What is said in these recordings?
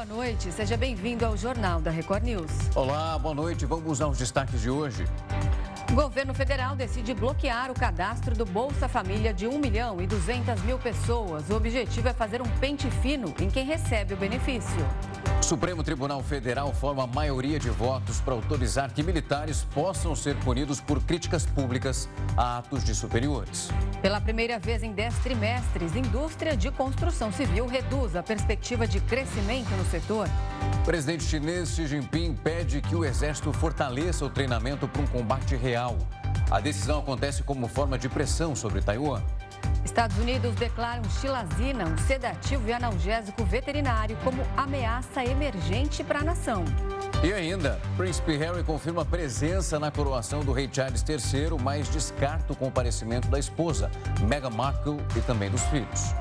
boa noite. Seja bem-vindo ao Jornal da Record News. Olá, boa noite. Vamos aos destaques de hoje. O governo federal decide bloquear o cadastro do Bolsa Família de 1.200.000 pessoas. O objetivo é fazer um pente fino em quem recebe o benefício. O Supremo Tribunal Federal forma a maioria de votos para autorizar que militares possam ser punidos por críticas públicas a atos de superiores. Pela primeira vez em 10 trimestres, indústria de construção civil reduz a perspectiva de crescimento no setor. O presidente chinês Xi Jinping pede que o exército fortaleça o treinamento para um combate real. A decisão acontece como forma de pressão sobre Taiwan. Estados Unidos declaram xilazina, um sedativo e analgésico veterinário, como ameaça emergente para a nação. E ainda, Príncipe Harry confirma presença na coroação do rei Charles III, mas descarta o comparecimento da esposa, Meghan Markle, e também dos filhos.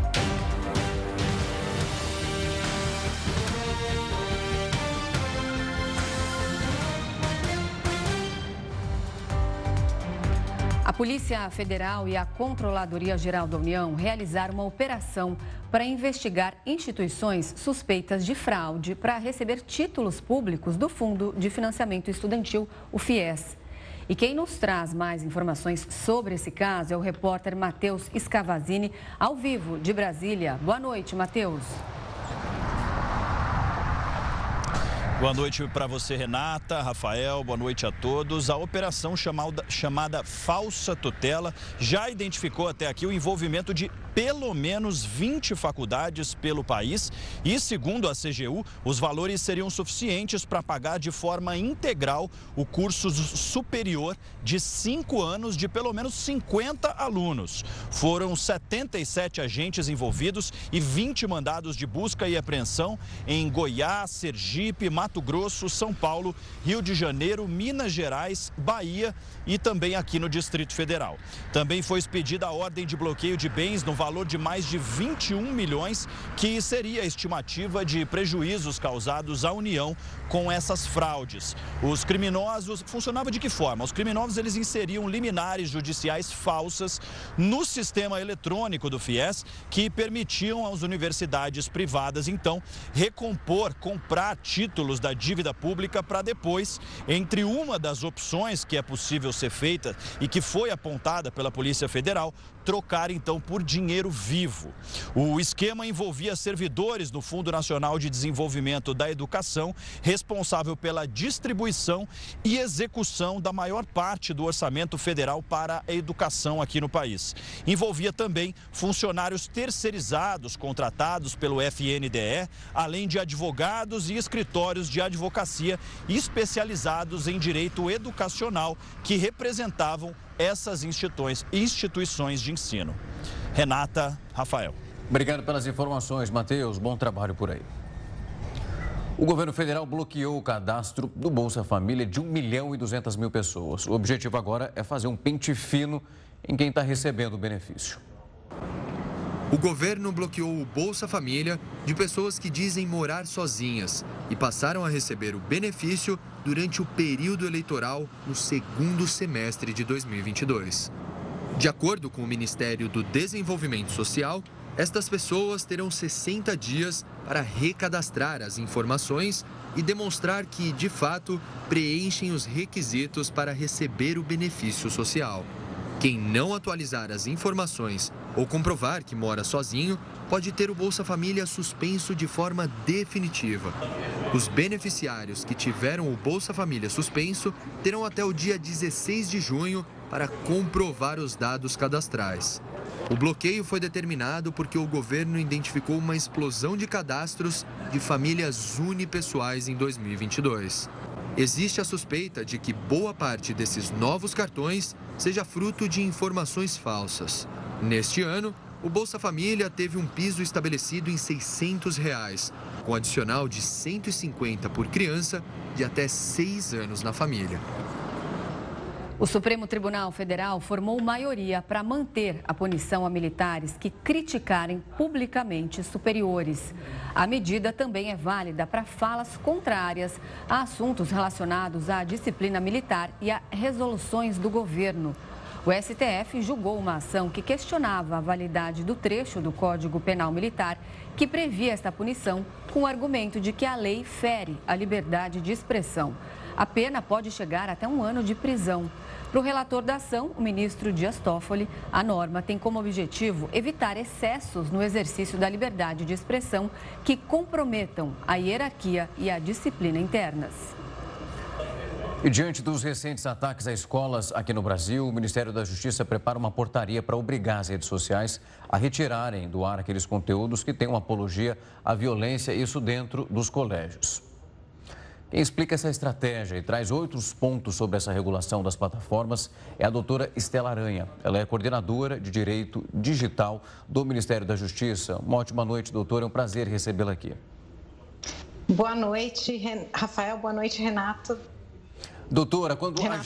A Polícia Federal e a Controladoria Geral da União realizaram uma operação para investigar instituições suspeitas de fraude para receber títulos públicos do Fundo de Financiamento Estudantil, o FIES. E quem nos traz mais informações sobre esse caso é o repórter Matheus Scavazini, ao vivo de Brasília. Boa noite, Matheus. Boa noite para você, Renata, Rafael, boa noite a todos. A operação chamada Falsa Tutela já identificou até aqui o envolvimento de pelo menos 20 faculdades pelo país e, segundo a CGU, os valores seriam suficientes para pagar de forma integral o curso superior de 5 anos de pelo menos 50 alunos. Foram 77 agentes envolvidos e 20 mandados de busca e apreensão em Goiás, Sergipe, Mato Grosso, São Paulo, Rio de Janeiro, Minas Gerais, Bahia e também aqui no Distrito Federal. Também foi expedida a ordem de bloqueio de bens no valor de mais de 21 milhões, que seria a estimativa de prejuízos causados à União com essas fraudes. Os criminosos, funcionava de que forma? Os criminosos, eles inseriam liminares judiciais falsas no sistema eletrônico do FIES, que permitiam às universidades privadas, então, comprar títulos da dívida pública para depois, entre uma das opções que é possível ser feita e que foi apontada pela Polícia Federal, trocar então por dinheiro vivo. O esquema envolvia servidores do Fundo Nacional de Desenvolvimento da Educação, responsável pela distribuição e execução da maior parte do orçamento federal para a educação aqui no país. Envolvia também funcionários terceirizados contratados pelo FNDE, além de advogados e escritórios de advocacia especializados em direito educacional que representavam essas instituições de ensino. Renata, Rafael. Obrigado pelas informações, Matheus. Bom trabalho por aí. O governo federal bloqueou o cadastro do Bolsa Família de 1.200.000 pessoas. O objetivo agora é fazer um pente fino em quem está recebendo o benefício. O governo bloqueou o Bolsa Família de pessoas que dizem morar sozinhas e passaram a receber o benefício durante o período eleitoral no segundo semestre de 2022. De acordo com o Ministério do Desenvolvimento Social, estas pessoas terão 60 dias para recadastrar as informações e demonstrar que, de fato, preenchem os requisitos para receber o benefício social. Quem não atualizar as informações ou comprovar que mora sozinho pode ter o Bolsa Família suspenso de forma definitiva. Os beneficiários que tiveram o Bolsa Família suspenso terão até o dia 16 de junho para comprovar os dados cadastrais. O bloqueio foi determinado porque o governo identificou uma explosão de cadastros de famílias unipessoais em 2022. Existe a suspeita de que boa parte desses novos cartões seja fruto de informações falsas. Neste ano, o Bolsa Família teve um piso estabelecido em R$ 600, com adicional de R$ 150 por criança de até 6 anos na família. O Supremo Tribunal Federal formou maioria para manter a punição a militares que criticarem publicamente superiores. A medida também é válida para falas contrárias a assuntos relacionados à disciplina militar e a resoluções do governo. O STF julgou uma ação que questionava a validade do trecho do Código Penal Militar que previa esta punição com o argumento de que a lei fere a liberdade de expressão. A pena pode chegar até 1 ano de prisão. Para o relator da ação, o ministro Dias Toffoli, a norma tem como objetivo evitar excessos no exercício da liberdade de expressão que comprometam a hierarquia e a disciplina internas. E diante dos recentes ataques a escolas aqui no Brasil, o Ministério da Justiça prepara uma portaria para obrigar as redes sociais a retirarem do ar aqueles conteúdos que tenham apologia à violência, isso dentro dos colégios. Quem explica essa estratégia e traz outros pontos sobre essa regulação das plataformas é a doutora Estela Aranha. Ela é coordenadora de Direito Digital do Ministério da Justiça. Uma ótima noite, doutora. É um prazer recebê-la aqui. Boa noite, Rafael. Boa noite, Renato. Doutora,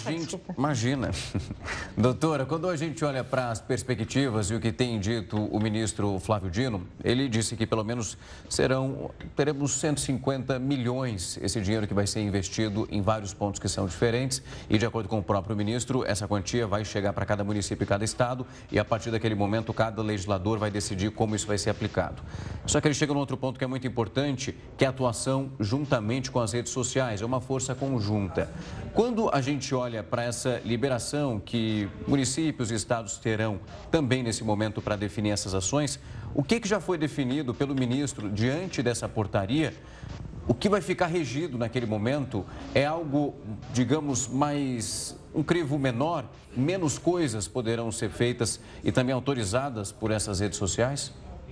Doutora, quando a gente olha para as perspectivas e o que tem dito o ministro Flávio Dino, ele disse que pelo menos teremos 150 milhões, esse dinheiro que vai ser investido em vários pontos que são diferentes e, de acordo com o próprio ministro, essa quantia vai chegar para cada município e cada estado e, a partir daquele momento, cada legislador vai decidir como isso vai ser aplicado. Só que ele chega num outro ponto que é muito importante, que é a atuação juntamente com as redes sociais, é uma força conjunta. Quando a gente olha para essa liberação que municípios e estados terão também nesse momento para definir essas ações, o que já foi definido pelo ministro diante dessa portaria? O que vai ficar regido naquele momento é algo, digamos, um crivo menor? Menos coisas poderão ser feitas e também autorizadas por essas redes sociais?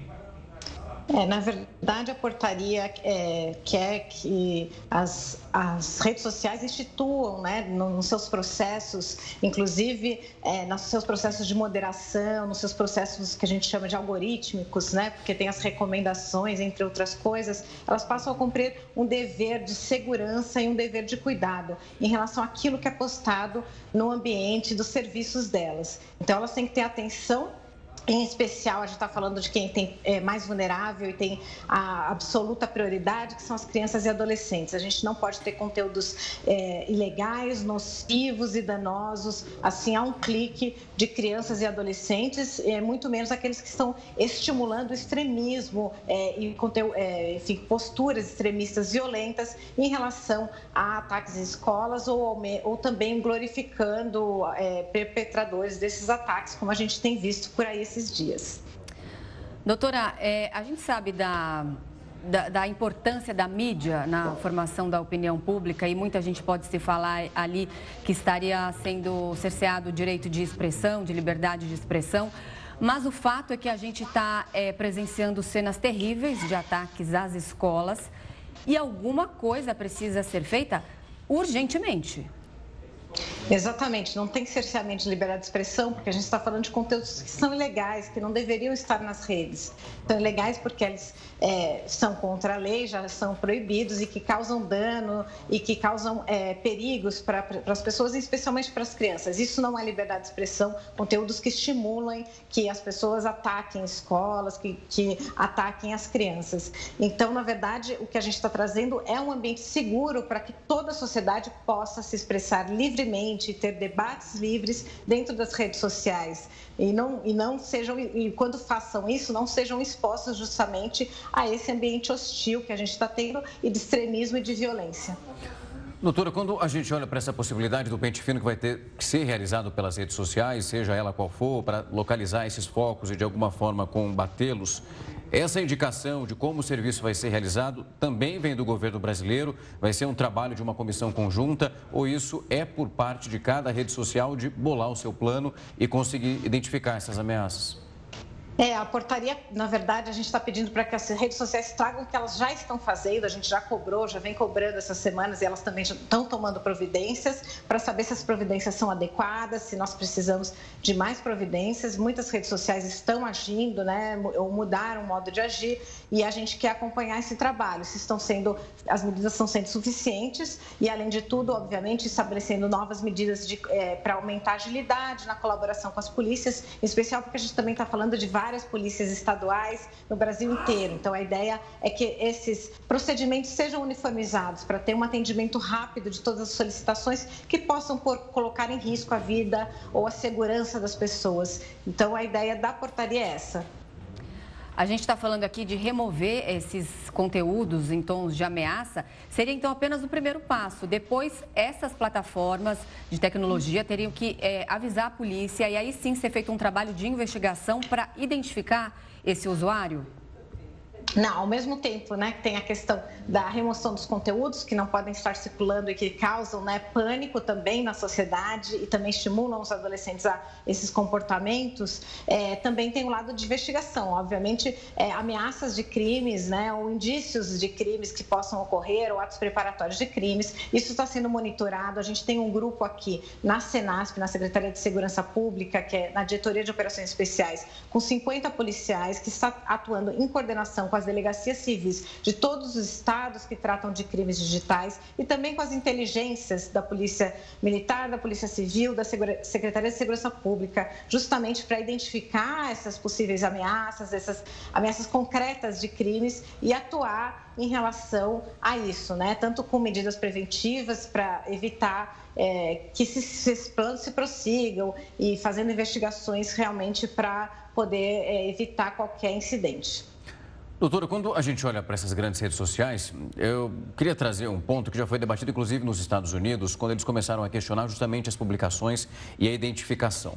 Na verdade, a portaria quer que as redes sociais instituam, né, nos seus processos, inclusive nos seus processos de moderação, nos seus processos que a gente chama de algorítmicos, né, porque tem as recomendações, entre outras coisas, elas passam a cumprir um dever de segurança e um dever de cuidado em relação àquilo que é postado no ambiente dos serviços delas. Então, elas têm que ter atenção. Em especial, a gente está falando de quem é mais vulnerável e tem a absoluta prioridade, que são as crianças e adolescentes. A gente não pode ter conteúdos ilegais, nocivos e danosos, assim, a um clique de crianças e adolescentes, muito menos aqueles que estão estimulando o extremismo enfim, posturas extremistas violentas em relação a ataques em escolas ou também glorificando perpetradores desses ataques, como a gente tem visto por aí esses dias. Doutora, a gente sabe da importância da mídia na formação da opinião pública e muita gente pode se falar ali que estaria sendo cerceado o direito de expressão, de liberdade de expressão, mas o fato é que a gente está presenciando cenas terríveis de ataques às escolas e alguma coisa precisa ser feita urgentemente. Exatamente, não tem cerceamento de liberdade de expressão, porque a gente está falando de conteúdos que são ilegais, que não deveriam estar nas redes. São ilegais porque eles são contra a lei, já são proibidos e que causam dano e que causam perigos para as pessoas, especialmente para as crianças. Isso não é liberdade de expressão, conteúdos que estimulam que as pessoas ataquem escolas, que ataquem as crianças. Então, na verdade, o que a gente está trazendo é um ambiente seguro para que toda a sociedade possa se expressar livremente e ter debates livres dentro das redes sociais e quando façam isso, não sejam expostos justamente a esse ambiente hostil que a gente está tendo e de extremismo e de violência. Doutora, quando a gente olha para essa possibilidade do pente fino que vai ter que ser realizado pelas redes sociais, seja ela qual for, para localizar esses focos e de alguma forma combatê-los, essa indicação de como o serviço vai ser realizado também vem do governo brasileiro? Vai ser um trabalho de uma comissão conjunta ou isso é por parte de cada rede social de bolar o seu plano e conseguir identificar essas ameaças? A portaria, na verdade, a gente está pedindo para que as redes sociais tragam o que elas já estão fazendo, a gente já cobrou, já vem cobrando essas semanas e elas também já estão tomando providências para saber se as providências são adequadas, se nós precisamos de mais providências. Muitas redes sociais estão agindo, né, ou mudaram o modo de agir e a gente quer acompanhar esse trabalho, se as medidas estão sendo suficientes e, além de tudo, obviamente, estabelecendo novas medidas para aumentar a agilidade na colaboração com as polícias, em especial porque a gente também está falando de várias polícias estaduais no Brasil inteiro. Então, a ideia é que esses procedimentos sejam uniformizados para ter um atendimento rápido de todas as solicitações que possam colocar em risco a vida ou a segurança das pessoas. Então, a ideia da portaria é essa. A gente está falando aqui de remover esses conteúdos em tons de ameaça. Seria, então, apenas o primeiro passo. Depois, essas plataformas de tecnologia teriam que avisar a polícia e aí sim ser feito um trabalho de investigação para identificar esse usuário? Não, ao mesmo tempo, né, que tem a questão da remoção dos conteúdos que não podem estar circulando e que causam, né, pânico também na sociedade e também estimulam os adolescentes a esses comportamentos, também tem o lado de investigação. Obviamente, ameaças de crimes, né, ou indícios de crimes que possam ocorrer ou atos preparatórios de crimes, isso está sendo monitorado. A gente tem um grupo aqui na Senasp, na Secretaria de Segurança Pública, que é na Diretoria de Operações Especiais, com 50 policiais que está atuando em coordenação com as delegacias civis de todos os estados que tratam de crimes digitais e também com as inteligências da Polícia Militar, da Polícia Civil, da Secretaria de Segurança Pública, justamente para identificar essas possíveis ameaças, essas ameaças concretas de crimes e atuar em relação a isso, né? Tanto com medidas preventivas para evitar que esses planos se prossigam e fazendo investigações realmente para poder evitar qualquer incidente. Doutora, quando a gente olha para essas grandes redes sociais, eu queria trazer um ponto que já foi debatido, inclusive, nos Estados Unidos, quando eles começaram a questionar justamente as publicações e a identificação.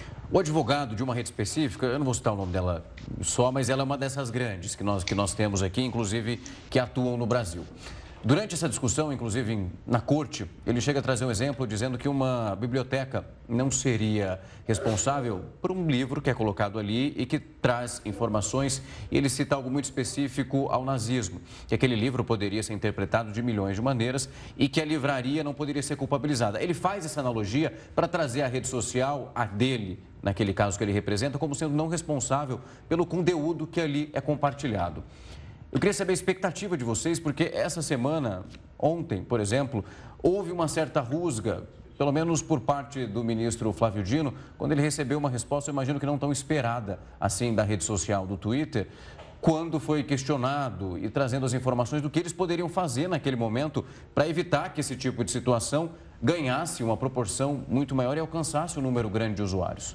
O advogado de uma rede específica, eu não vou citar o nome dela só, mas ela é uma dessas grandes que nós temos aqui, inclusive, que atuam no Brasil. Durante essa discussão, inclusive na corte, ele chega a trazer um exemplo dizendo que uma biblioteca não seria responsável por um livro que é colocado ali e que traz informações, e ele cita algo muito específico ao nazismo, que aquele livro poderia ser interpretado de milhões de maneiras e que a livraria não poderia ser culpabilizada. Ele faz essa analogia para trazer a rede social, a dele, naquele caso que ele representa, como sendo não responsável pelo conteúdo que ali é compartilhado. Eu queria saber a expectativa de vocês, porque essa semana, ontem, por exemplo, houve uma certa rusga, pelo menos por parte do ministro Flávio Dino, quando ele recebeu uma resposta, eu imagino que não tão esperada, assim, da rede social do Twitter, quando foi questionado e trazendo as informações do que eles poderiam fazer naquele momento para evitar que esse tipo de situação ganhasse uma proporção muito maior e alcançasse um número grande de usuários.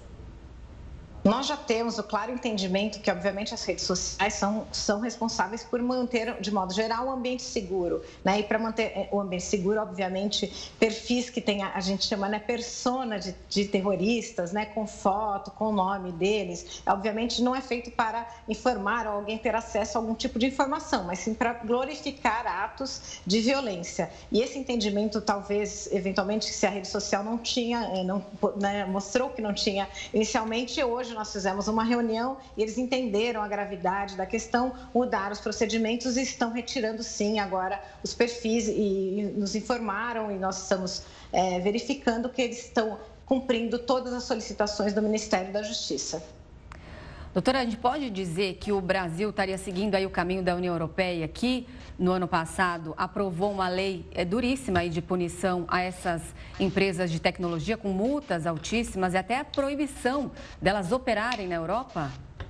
Nós já temos o claro entendimento que, obviamente, as redes sociais são responsáveis por manter, de modo geral, o ambiente seguro, né? E para manter o ambiente seguro, obviamente, perfis que tem, a gente chama, né, persona de terroristas, né, com foto, com o nome deles, obviamente não é feito para informar ou alguém ter acesso a algum tipo de informação, mas sim para glorificar atos de violência. E esse entendimento, talvez, eventualmente, se a rede social não tinha, né, mostrou que não tinha inicialmente, hoje nós fizemos uma reunião e eles entenderam a gravidade da questão, mudaram os procedimentos e estão retirando, sim, agora os perfis e nos informaram e nós estamos verificando que eles estão cumprindo todas as solicitações do Ministério da Justiça. Doutora, a gente pode dizer que o Brasil estaria seguindo aí o caminho da União Europeia, que no ano passado aprovou uma lei duríssima aí de punição a essas empresas de tecnologia com multas altíssimas e até a proibição delas operarem na Europa?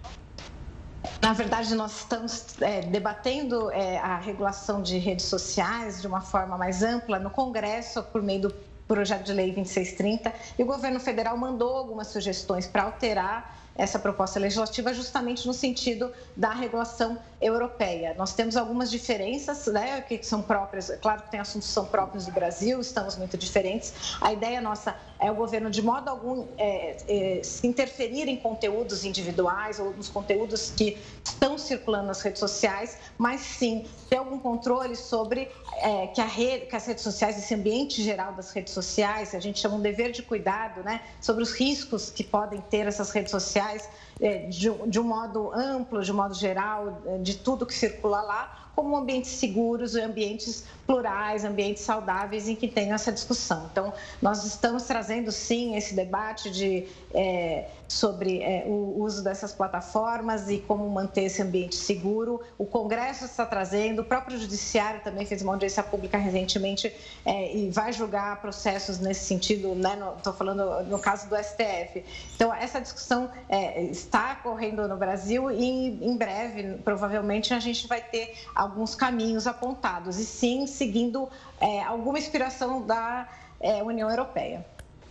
Na verdade, nós estamos debatendo a regulação de redes sociais de uma forma mais ampla no Congresso, por meio do projeto de lei 2630, e o governo federal mandou algumas sugestões para alterar essa proposta legislativa justamente no sentido da regulação europeia. Nós temos algumas diferenças, né, que são próprias, claro que tem assuntos que são próprios do Brasil, estamos muito diferentes. A ideia nossa é o governo, de modo algum, se interferir em conteúdos individuais ou nos conteúdos que estão circulando nas redes sociais, mas sim ter algum controle sobre que as redes sociais, esse ambiente geral das redes sociais, a gente chama um dever de cuidado, né, sobre os riscos que podem ter essas redes sociais, de um modo amplo, de um modo geral, de tudo que circula lá, como ambientes seguros, ambientes plurais, ambientes saudáveis em que tem essa discussão. Então, nós estamos trazendo, sim, esse debate sobre o uso dessas plataformas e como manter esse ambiente seguro. O Congresso está trazendo, o próprio Judiciário também fez uma audiência pública recentemente e vai julgar processos nesse sentido, né? Estou falando no caso do STF. Então, essa discussão está ocorrendo no Brasil e, em breve, provavelmente, a gente vai ter alguns caminhos apontados e, sim, seguindo alguma inspiração da União Europeia.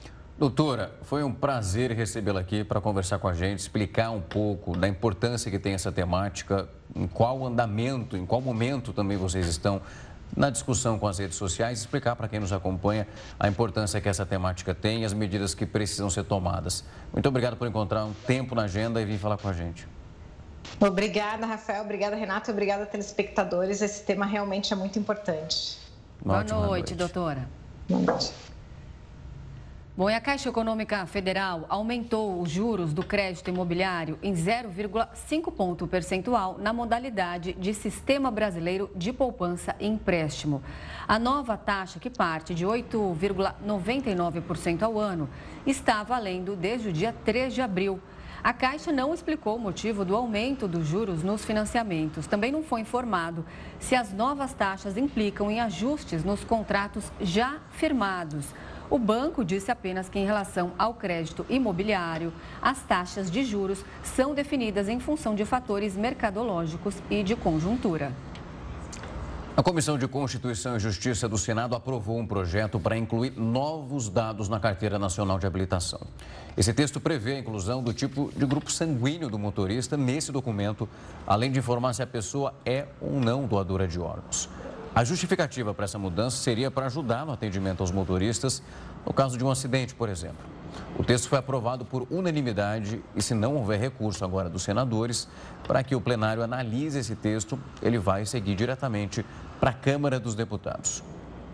Doutora, foi um prazer recebê-la aqui para conversar com a gente, explicar um pouco da importância que tem essa temática, em qual andamento, em qual momento também vocês estão na discussão com as redes sociais, explicar para quem nos acompanha a importância que essa temática tem e as medidas que precisam ser tomadas. Muito obrigado por encontrar um tempo na agenda e vir falar com a gente. Obrigada, Rafael. Obrigada, Renato. Obrigada, telespectadores. Esse tema realmente é muito importante. Boa noite, doutora. Boa noite. Bom, e a Caixa Econômica Federal aumentou os juros do crédito imobiliário em 0,5 ponto percentual na modalidade de Sistema Brasileiro de Poupança e Empréstimo. A nova taxa, que parte de 8,99% ao ano, está valendo desde o dia 3 de abril. A Caixa não explicou o motivo do aumento dos juros nos financiamentos. Também não foi informado se as novas taxas implicam em ajustes nos contratos já firmados. O banco disse apenas que, em relação ao crédito imobiliário, as taxas de juros são definidas em função de fatores mercadológicos e de conjuntura. A Comissão de Constituição e Justiça do Senado aprovou um projeto para incluir novos dados na Carteira Nacional de Habilitação. Esse texto prevê a inclusão do tipo de grupo sanguíneo do motorista nesse documento, além de informar se a pessoa é ou não doadora de órgãos. A justificativa para essa mudança seria para ajudar no atendimento aos motoristas no caso de um acidente, por exemplo. O texto foi aprovado por unanimidade e, se não houver recurso agora dos senadores, para que o plenário analise esse texto, ele vai seguir diretamente para a Câmara dos Deputados.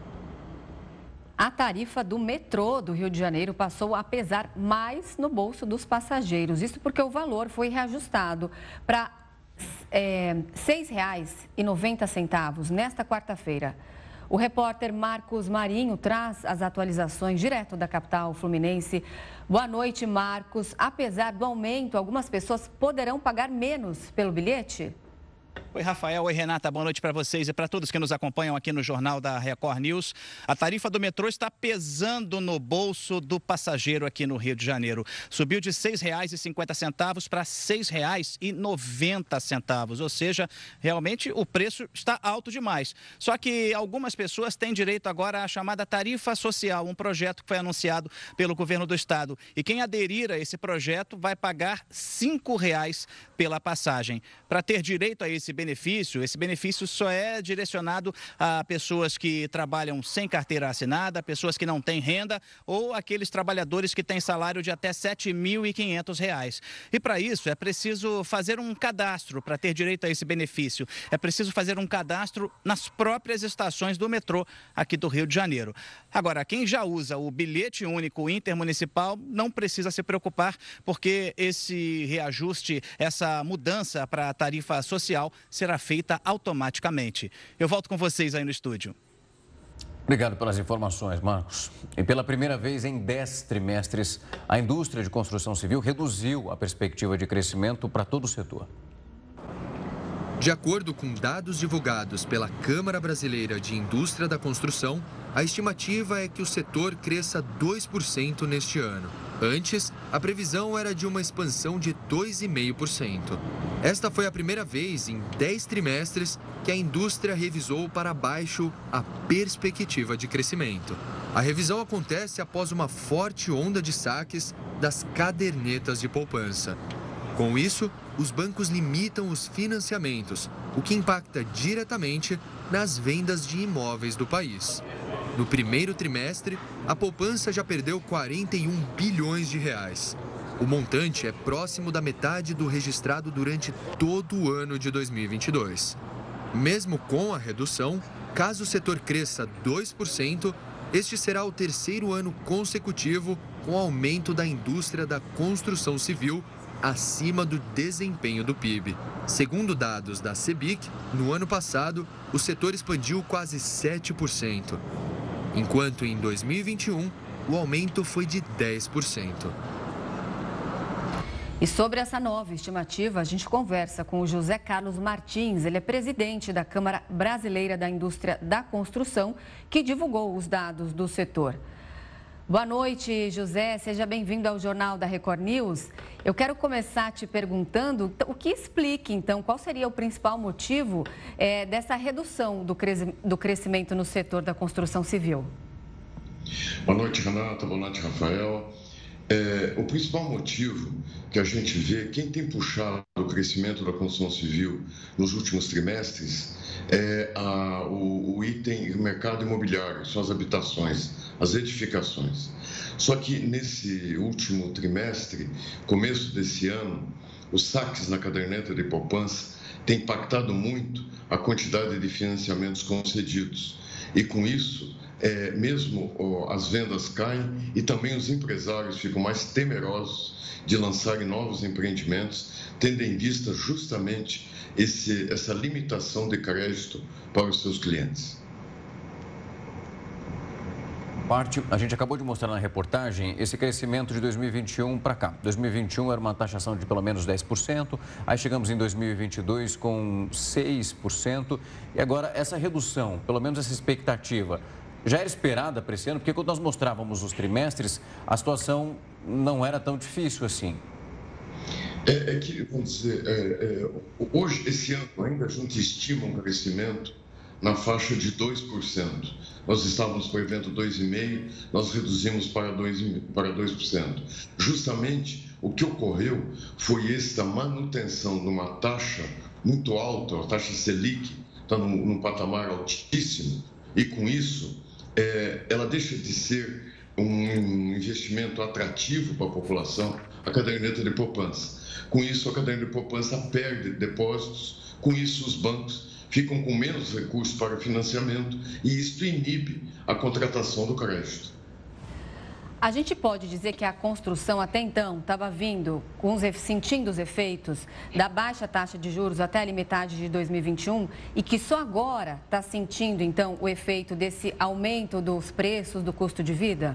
A tarifa do metrô do Rio de Janeiro passou a pesar mais no bolso dos passageiros. Isso porque o valor foi reajustado para R$ 6,90 nesta quarta-feira. O repórter Marcos Marinho traz as atualizações direto da capital fluminense. Boa noite, Marcos. Apesar do aumento, algumas pessoas poderão pagar menos pelo bilhete? Oi, Rafael. Oi, Renata. Boa noite para vocês e para todos que nos acompanham aqui no Jornal da Record News. A tarifa do metrô está pesando no bolso do passageiro aqui no Rio de Janeiro. Subiu de R$ 6,50 para R$ 6,90. Ou seja, realmente o preço está alto demais. Só que algumas pessoas têm direito agora à chamada tarifa social, um projeto que foi anunciado pelo governo do estado. E quem aderir a esse projeto vai pagar R$ 5,00 pela passagem. Para ter direito a esse benefício só é direcionado a pessoas que trabalham sem carteira assinada, pessoas que não têm renda ou aqueles trabalhadores que têm salário de até R$ 7.500. E para isso é preciso fazer um cadastro para ter direito a esse benefício. É preciso fazer um cadastro nas próprias estações do metrô aqui do Rio de Janeiro. Agora, quem já usa o bilhete único intermunicipal não precisa se preocupar, porque esse reajuste, essa mudança para a tarifa social será feita automaticamente. Eu volto com vocês aí no estúdio. Obrigado pelas informações, Marcos. E pela primeira vez em 10 trimestres, a indústria de construção civil reduziu a perspectiva de crescimento para todo o setor. De acordo com dados divulgados pela Câmara Brasileira de Indústria da Construção, a estimativa é que o setor cresça 2% neste ano. Antes, a previsão era de uma expansão de 2,5%. Esta foi a primeira vez em 10 trimestres que a indústria revisou para baixo a perspectiva de crescimento. A revisão acontece após uma forte onda de saques das cadernetas de poupança. Com isso, os bancos limitam os financiamentos, o que impacta diretamente nas vendas de imóveis do país. No primeiro trimestre, a poupança já perdeu 41 bilhões de reais. O montante é próximo da metade do registrado durante todo o ano de 2022. Mesmo com a redução, caso o setor cresça 2%, este será o terceiro ano consecutivo com aumento da indústria da construção civil acima do desempenho do PIB. Segundo dados da CEBIC, no ano passado, o setor expandiu quase 7%, enquanto em 2021 o aumento foi de 10%. E sobre essa nova estimativa, a gente conversa com o José Carlos Martins. Ele é presidente da Câmara Brasileira da Indústria da Construção, que divulgou os dados do setor. Boa noite, José. Seja bem-vindo ao Jornal da Record News. Eu quero começar te perguntando o que explica, então, qual seria o principal motivo dessa redução do crescimento no setor da construção civil? Boa noite, Renata. Boa noite, Rafael. O principal motivo que a gente vê, quem tem puxado o crescimento da construção civil nos últimos trimestres é o item mercado imobiliário, são as habitações, as edificações. Só que nesse último trimestre, começo desse ano, os saques na caderneta de poupança têm impactado muito a quantidade de financiamentos concedidos. E com isso, mesmo as vendas caem e também os empresários ficam mais temerosos de lançarem novos empreendimentos, tendo em vista justamente essa limitação de crédito para os seus clientes. A gente acabou de mostrar na reportagem esse crescimento de 2021 para cá. 2021 era uma taxação de pelo menos 10%, aí chegamos em 2022 com 6%, e agora essa redução, pelo menos essa expectativa, já era esperada para esse ano, porque quando nós mostrávamos os trimestres, a situação não era tão difícil assim. Vamos dizer, hoje, esse ano ainda a gente estima um crescimento na faixa de 2%. Nós estávamos prevendo 2,5%, nós reduzimos para 2%. Justamente o que ocorreu foi esta manutenção de uma taxa muito alta, a taxa Selic está num patamar altíssimo, e com isso ela deixa de ser um investimento atrativo para a população, a caderneta de poupança. Com isso, a caderneta de poupança perde depósitos, com isso os bancos ficam com menos recursos para financiamento e isso inibe a contratação do crédito. A gente pode dizer que a construção até então estava sentindo os efeitos da baixa taxa de juros até a metade de 2021 e que só agora está sentindo, então, o efeito desse aumento dos preços, do custo de vida?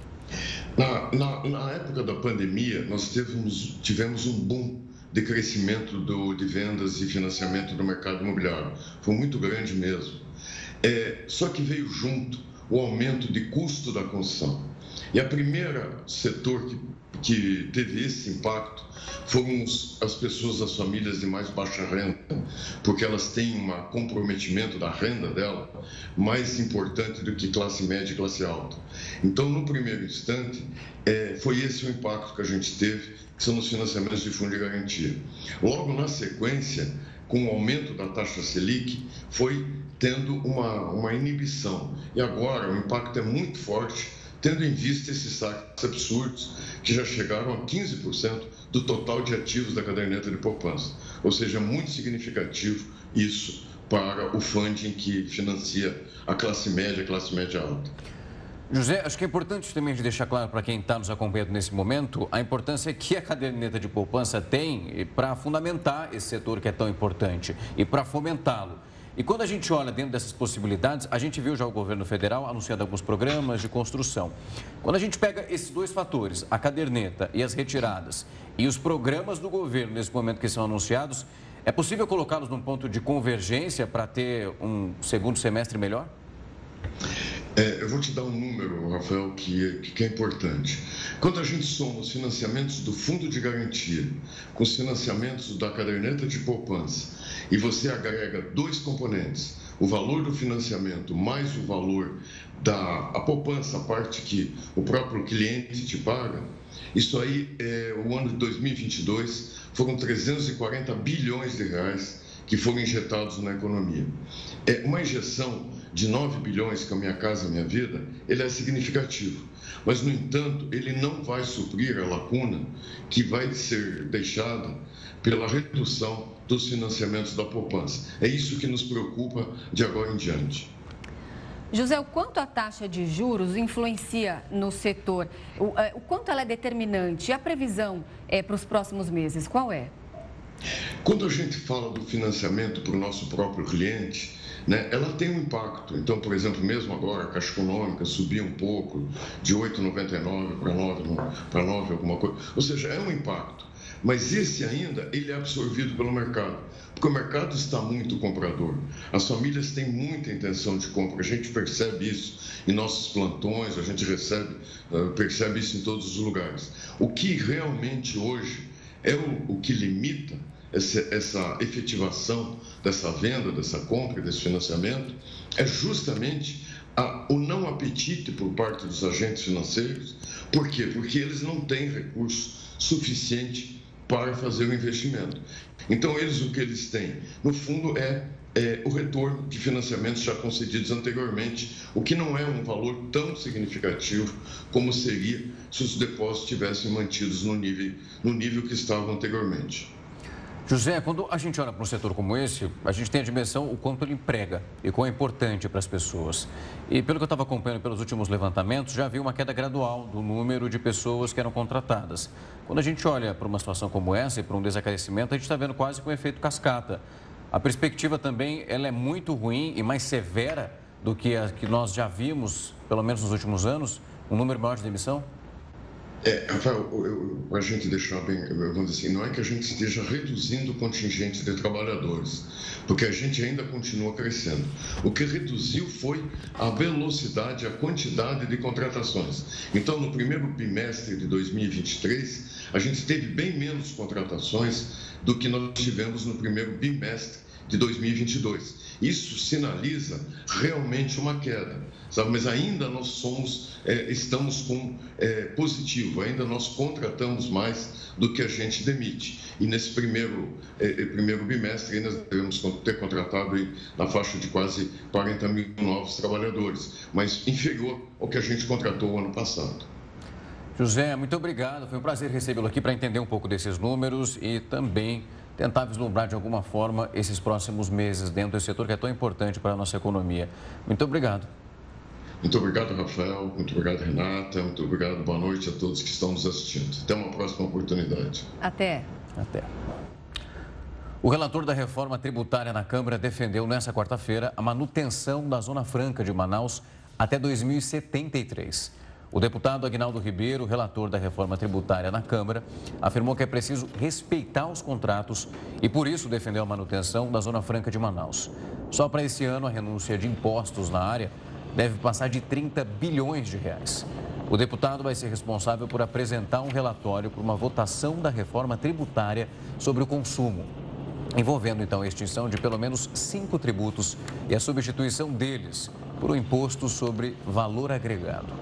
Na época da pandemia, nós tivemos um boom de crescimento de vendas e financiamento do mercado imobiliário. Foi muito grande mesmo. Só que veio junto o aumento de custo da construção. E a primeira setor que teve esse impacto foram as pessoas, as famílias de mais baixa renda, porque elas têm um comprometimento da renda dela mais importante do que classe média e classe alta. Então, no primeiro instante, foi esse o impacto que a gente teve, que são os financiamentos de fundo de garantia. Logo na sequência, com o aumento da taxa Selic, foi tendo uma inibição. E agora o impacto é muito forte, tendo em vista esses saques absurdos que já chegaram a 15% do total de ativos da caderneta de poupança. Ou seja, muito significativo isso para o funding que financia a classe média alta. José, acho que é importante também deixar claro para quem está nos acompanhando nesse momento a importância que a caderneta de poupança tem para fundamentar esse setor que é tão importante e para fomentá-lo. E quando a gente olha dentro dessas possibilidades, a gente viu já o governo federal anunciando alguns programas de construção. Quando a gente pega esses dois fatores, a caderneta e as retiradas, e os programas do governo nesse momento que são anunciados, é possível colocá-los num ponto de convergência para ter um segundo semestre melhor? Eu vou te dar um número, Rafael, que é importante. Quando a gente soma os financiamentos do fundo de garantia com os financiamentos da caderneta de poupança e você agrega dois componentes, o valor do financiamento mais o valor da poupança, a parte que o próprio cliente te paga, isso aí, o ano de 2022, foram 340 bilhões de reais que foram injetados na economia. Uma injeção de 9 bilhões que é a Minha Casa Minha Vida, ele é significativo. Mas, no entanto, ele não vai suprir a lacuna que vai ser deixada pela redução dos financiamentos da poupança. É isso que nos preocupa de agora em diante. José, o quanto a taxa de juros influencia no setor? O quanto ela é determinante? E a previsão para os próximos meses, qual é? Quando a gente fala do financiamento para o nosso próprio cliente, ela tem um impacto. Então, por exemplo, mesmo agora a Caixa Econômica subiu um pouco, de 8,99 para 9 alguma coisa. Ou seja, é um impacto. Mas esse ainda, ele é absorvido pelo mercado, porque o mercado está muito comprador. As famílias têm muita intenção de compra, a gente percebe isso em nossos plantões, a gente percebe isso em todos os lugares. O que realmente hoje é o que limita essa efetivação dessa venda, dessa compra, desse financiamento, é justamente o não apetite por parte dos agentes financeiros. Por quê? Porque eles não têm recurso suficiente para fazer o investimento. Então, o que eles têm, no fundo, é o retorno de financiamentos já concedidos anteriormente, o que não é um valor tão significativo como seria se os depósitos tivessem mantidos no nível que estavam anteriormente. José, quando a gente olha para um setor como esse, a gente tem a dimensão o quanto ele emprega e quão é importante para as pessoas. E pelo que eu estava acompanhando pelos últimos levantamentos, já vi uma queda gradual do número de pessoas que eram contratadas. Quando a gente olha para uma situação como essa e para um desaquecimento, a gente está vendo quase que um efeito cascata. A perspectiva também ela é muito ruim e mais severa do que a que nós já vimos, pelo menos nos últimos anos, um número maior de demissão? Rafael, para a gente deixar bem, vamos dizer assim, não é que a gente esteja reduzindo o contingente de trabalhadores, porque a gente ainda continua crescendo. O que reduziu foi a velocidade, a quantidade de contratações. Então, no primeiro bimestre de 2023, a gente teve bem menos contratações do que nós tivemos no primeiro bimestre de 2022. Isso sinaliza realmente uma queda, sabe? Mas ainda nós estamos com positivo, ainda nós contratamos mais do que a gente demite. E nesse primeiro bimestre ainda devemos ter contratado na faixa de quase 40 mil novos trabalhadores, mas inferior ao que a gente contratou ano passado. José, muito obrigado. Foi um prazer recebê-lo aqui para entender um pouco desses números e também tentar vislumbrar de alguma forma esses próximos meses dentro desse setor que é tão importante para a nossa economia. Muito obrigado. Muito obrigado, Rafael. Muito obrigado, Renata. Muito obrigado. Boa noite a todos que estão nos assistindo. Até uma próxima oportunidade. Até. O relator da reforma tributária na Câmara defendeu nesta quarta-feira a manutenção da Zona Franca de Manaus até 2073. O deputado Aguinaldo Ribeiro, relator da reforma tributária na Câmara, afirmou que é preciso respeitar os contratos e, por isso, defendeu a manutenção da Zona Franca de Manaus. Só para esse ano, a renúncia de impostos na área deve passar de 30 bilhões de reais. O deputado vai ser responsável por apresentar um relatório para uma votação da reforma tributária sobre o consumo, envolvendo, então, a extinção de pelo menos 5 tributos e a substituição deles por um imposto sobre valor agregado.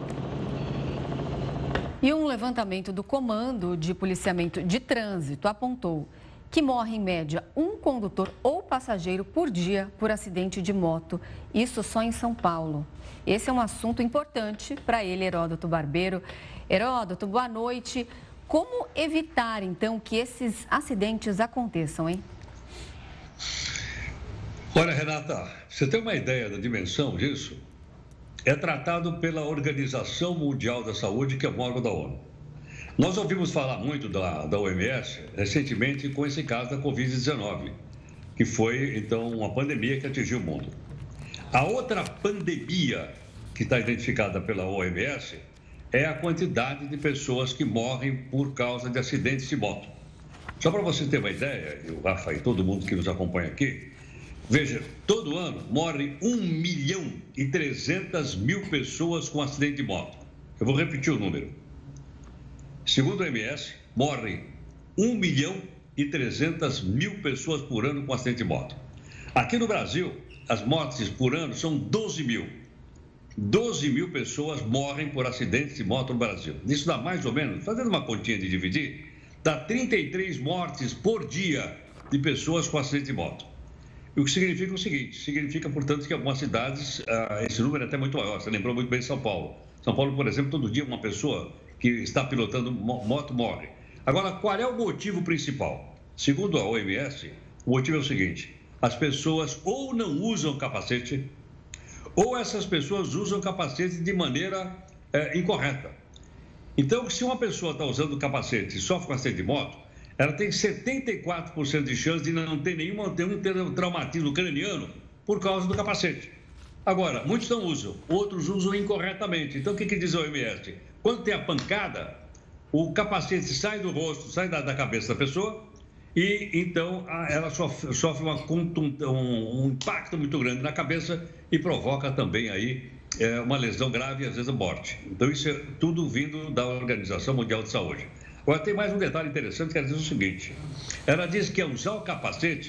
E um levantamento do Comando de Policiamento de Trânsito apontou que morre, em média, um condutor ou passageiro por dia por acidente de moto. Isso só em São Paulo. Esse é um assunto importante para ele, Heródoto Barbeiro. Heródoto, boa noite. Como evitar, então, que esses acidentes aconteçam, hein? Olha, Renata, você tem uma ideia da dimensão disso? É tratado pela Organização Mundial da Saúde, que é um órgão da ONU. Nós ouvimos falar muito da OMS recentemente com esse caso da Covid-19, que foi, então, uma pandemia que atingiu o mundo. A outra pandemia que está identificada pela OMS é a quantidade de pessoas que morrem por causa de acidentes de moto. Só para você ter uma ideia, o Rafa e todo mundo que nos acompanha aqui, veja, todo ano morrem 1.300.000 pessoas com acidente de moto. Eu vou repetir o número. Segundo a OMS, morrem 1.300.000 pessoas por ano com acidente de moto. Aqui no Brasil, as mortes por ano são 12 mil. 12 mil pessoas morrem por acidentes de moto no Brasil. Isso dá mais ou menos, fazendo uma continha de dividir, dá 33 mortes por dia de pessoas com acidente de moto. O que significa o seguinte, significa, portanto, que em algumas cidades esse número é até muito maior. Você lembrou muito bem de São Paulo. São Paulo, por exemplo, todo dia uma pessoa que está pilotando moto morre. Agora, qual é o motivo principal? Segundo a OMS, o motivo é o seguinte, as pessoas ou não usam capacete, ou essas pessoas usam capacete de maneira incorreta. Então, se uma pessoa está usando capacete e sofre com acidente de moto, ela tem 74% de chance de não ter nenhum traumatismo craniano por causa do capacete. Agora, muitos não usam, outros usam incorretamente. Então, o que diz a OMS? Quando tem a pancada, o capacete sai do rosto, sai da cabeça da pessoa e, então, ela sofre um impacto muito grande na cabeça e provoca também aí uma lesão grave e, às vezes, a morte. Então, isso é tudo vindo da Organização Mundial de Saúde. Agora, tem mais um detalhe interessante que ela diz o seguinte. Ela diz que usar o capacete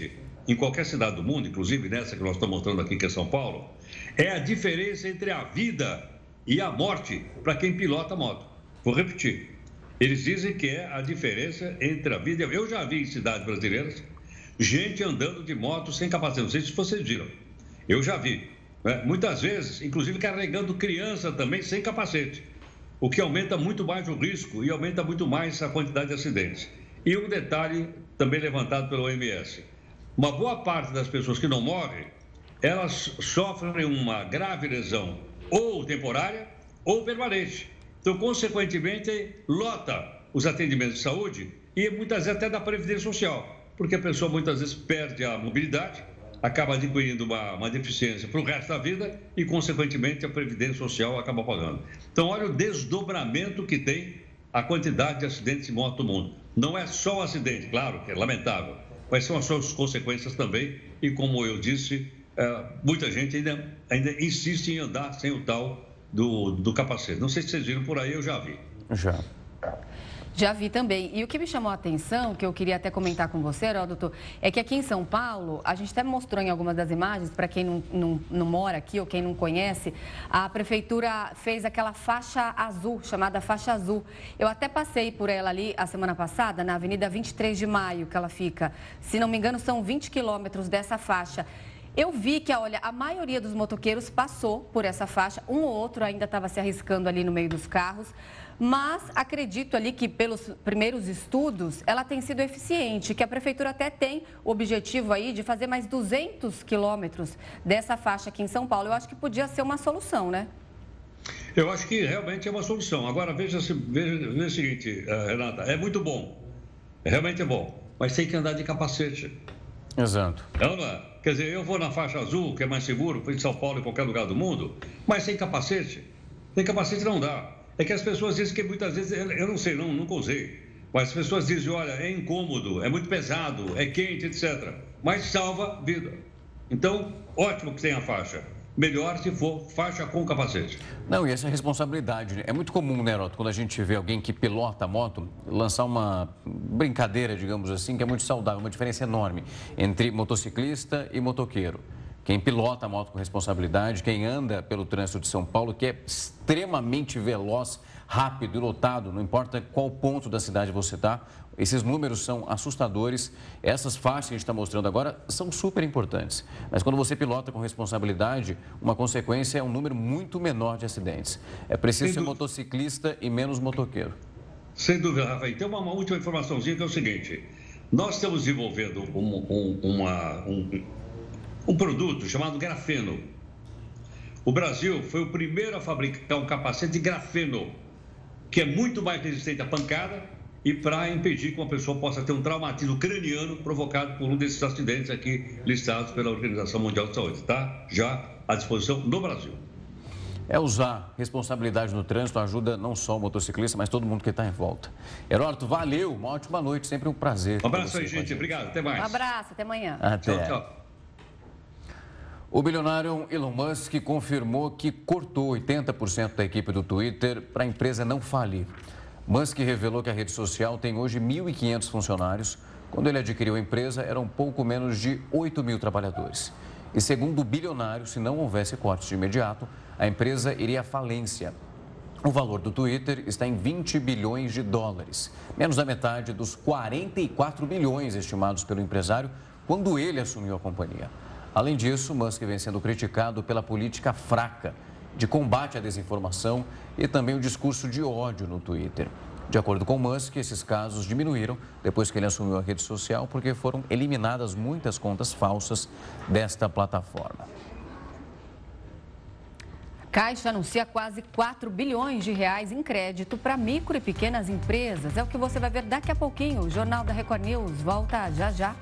em qualquer cidade do mundo, inclusive nessa que nós estamos mostrando aqui, que é São Paulo, é a diferença entre a vida e a morte para quem pilota moto. Vou repetir. Eles dizem que é a diferença entre a vida... Eu já vi em cidades brasileiras gente andando de moto sem capacete. Não sei se vocês viram. Eu já vi. Né? Muitas vezes, inclusive carregando criança também sem capacete. O que aumenta muito mais o risco e aumenta muito mais a quantidade de acidentes. E um detalhe também levantado pelo OMS. Uma boa parte das pessoas que não morrem, elas sofrem uma grave lesão ou temporária ou permanente. Então, consequentemente, lota os atendimentos de saúde e muitas vezes até da Previdência Social, porque a pessoa muitas vezes perde a mobilidade, acaba adquirindo uma deficiência para o resto da vida e, consequentemente, a Previdência Social acaba pagando. Então, olha o desdobramento que tem a quantidade de acidentes de moto no mundo. Não é só o acidente, claro, que é lamentável, mas são as suas consequências também e, como eu disse, muita gente ainda insiste em andar sem o tal do capacete. Não sei se vocês viram por aí, eu já vi. Já vi também. E o que me chamou a atenção, que eu queria até comentar com você, Heródoto, é que aqui em São Paulo, a gente até mostrou em algumas das imagens, para quem não mora aqui ou quem não conhece, a prefeitura fez aquela faixa azul, chamada faixa azul. Eu até passei por ela ali a semana passada, na Avenida 23 de Maio, que ela fica. Se não me engano, são 20 quilômetros dessa faixa. Eu vi que, olha, a maioria dos motoqueiros passou por essa faixa, um ou outro ainda estava se arriscando ali no meio dos carros, mas acredito ali que pelos primeiros estudos ela tem sido eficiente, que a prefeitura até tem o objetivo aí de fazer mais 200 quilômetros dessa faixa aqui em São Paulo. Eu acho que podia ser uma solução, né? Eu acho que realmente é uma solução. Agora, veja o seguinte, Renata, é muito bom, realmente é bom, mas tem que andar de capacete. Exato. Não é? Quer dizer, eu vou na faixa azul, que é mais seguro, fui em São Paulo, em qualquer lugar do mundo, mas sem capacete. Sem capacete não dá. É que as pessoas dizem que muitas vezes, eu não sei, nunca usei, mas as pessoas dizem, olha, é incômodo, é muito pesado, é quente, etc. Mas salva vida. Então, ótimo que tenha faixa. Melhor se for faixa com capacete. Não, e essa é a responsabilidade. É muito comum, né, Heródoto, quando a gente vê alguém que pilota a moto, lançar uma brincadeira, digamos assim, que é muito saudável, uma diferença enorme entre motociclista e motoqueiro. Quem pilota a moto com responsabilidade, quem anda pelo trânsito de São Paulo, que é extremamente veloz, rápido e lotado, não importa qual ponto da cidade você está, esses números são assustadores. Essas faixas que a gente está mostrando agora são super importantes. Mas quando você pilota com responsabilidade, uma consequência é um número muito menor de acidentes. É preciso ser motociclista e menos motoqueiro. Sem dúvida, Rafael. Tem uma última informaçãozinha que é o seguinte. Nós estamos desenvolvendo um produto chamado grafeno. O Brasil foi o primeiro a fabricar um capacete de grafeno, que é muito mais resistente à pancada e para impedir que uma pessoa possa ter um traumatismo craniano provocado por um desses acidentes aqui listados pela Organização Mundial de Saúde. Está já à disposição no Brasil. Usar responsabilidade no trânsito ajuda não só o motociclista, mas todo mundo que está em volta. Heródoto, valeu, uma ótima noite, sempre um prazer. Um abraço aí, gente. Obrigado, até mais. Um abraço, até amanhã. Até. Tchau, tchau. O bilionário Elon Musk confirmou que cortou 80% da equipe do Twitter para a empresa não falir. Musk revelou que a rede social tem hoje 1.500 funcionários. Quando ele adquiriu a empresa, eram pouco menos de 8 mil trabalhadores. E segundo o bilionário, se não houvesse cortes de imediato, a empresa iria à falência. O valor do Twitter está em 20 bilhões de dólares, menos da metade dos 44 bilhões estimados pelo empresário quando ele assumiu a companhia. Além disso, Musk vem sendo criticado pela política fraca de combate à desinformação e também o discurso de ódio no Twitter. De acordo com Musk, esses casos diminuíram depois que ele assumiu a rede social porque foram eliminadas muitas contas falsas desta plataforma. Caixa anuncia quase 4 bilhões de reais em crédito para micro e pequenas empresas. É o que você vai ver daqui a pouquinho. O Jornal da Record News volta já já.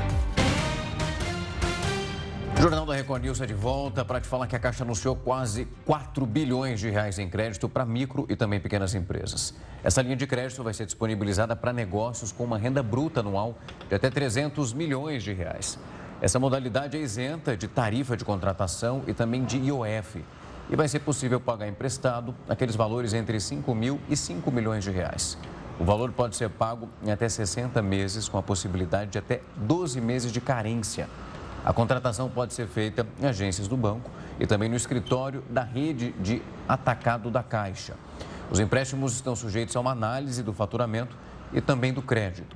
O Jornal da Record News é de volta para te falar que a Caixa anunciou quase 4 bilhões de reais em crédito para micro e também pequenas empresas. Essa linha de crédito vai ser disponibilizada para negócios com uma renda bruta anual de até 300 milhões de reais. Essa modalidade é isenta de tarifa de contratação e também de IOF. E vai ser possível pagar emprestado aqueles valores entre 5 mil e 5 milhões de reais. O valor pode ser pago em até 60 meses, com a possibilidade de até 12 meses de carência. A contratação pode ser feita em agências do banco e também no escritório da rede de atacado da Caixa. Os empréstimos estão sujeitos a uma análise do faturamento e também do crédito.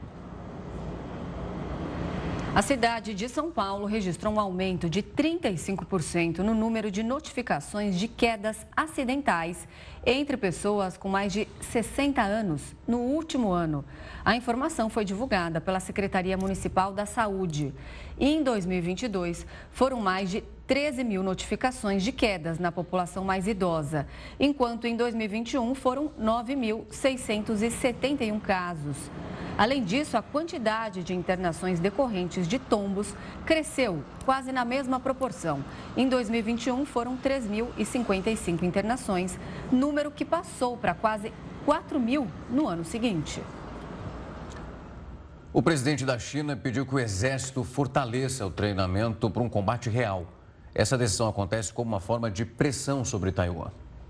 A cidade de São Paulo registrou um aumento de 35% no número de notificações de quedas acidentais entre pessoas com mais de 60 anos no último ano. A informação foi divulgada pela Secretaria Municipal da Saúde. E em 2022, foram mais de 13 mil notificações de quedas na população mais idosa, enquanto em 2021 foram 9.671 casos. Além disso, a quantidade de internações decorrentes de tombos cresceu quase na mesma proporção. Em 2021, foram 3.055 internações, número que passou para quase 4 mil no ano seguinte. O presidente da China pediu que o exército fortaleça o treinamento para um combate real. Essa decisão acontece como uma forma de pressão sobre Taiwan.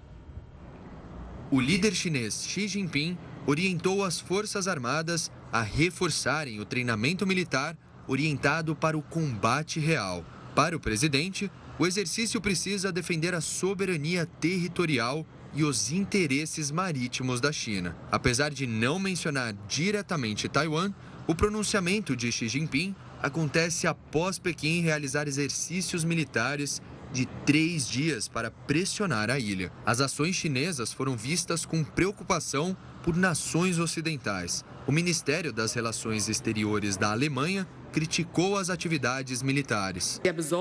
O líder chinês Xi Jinping orientou as Forças Armadas a reforçarem o treinamento militar orientado para o combate real. Para o presidente, o exercício precisa defender a soberania territorial e os interesses marítimos da China. Apesar de não mencionar diretamente Taiwan, o pronunciamento de Xi Jinping acontece após Pequim realizar exercícios militares de 3 dias para pressionar a ilha. As ações chinesas foram vistas com preocupação por nações ocidentais. O Ministério das Relações Exteriores da Alemanha criticou as atividades militares.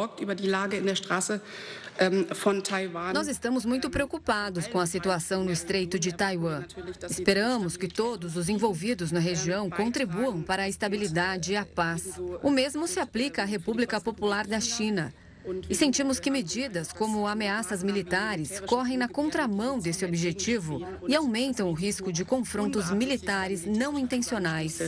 Nós estamos muito preocupados com a situação no Estreito de Taiwan. Esperamos que todos os envolvidos na região contribuam para a estabilidade e a paz. O mesmo se aplica à República Popular da China. E sentimos que medidas como ameaças militares correm na contramão desse objetivo e aumentam o risco de confrontos militares não intencionais.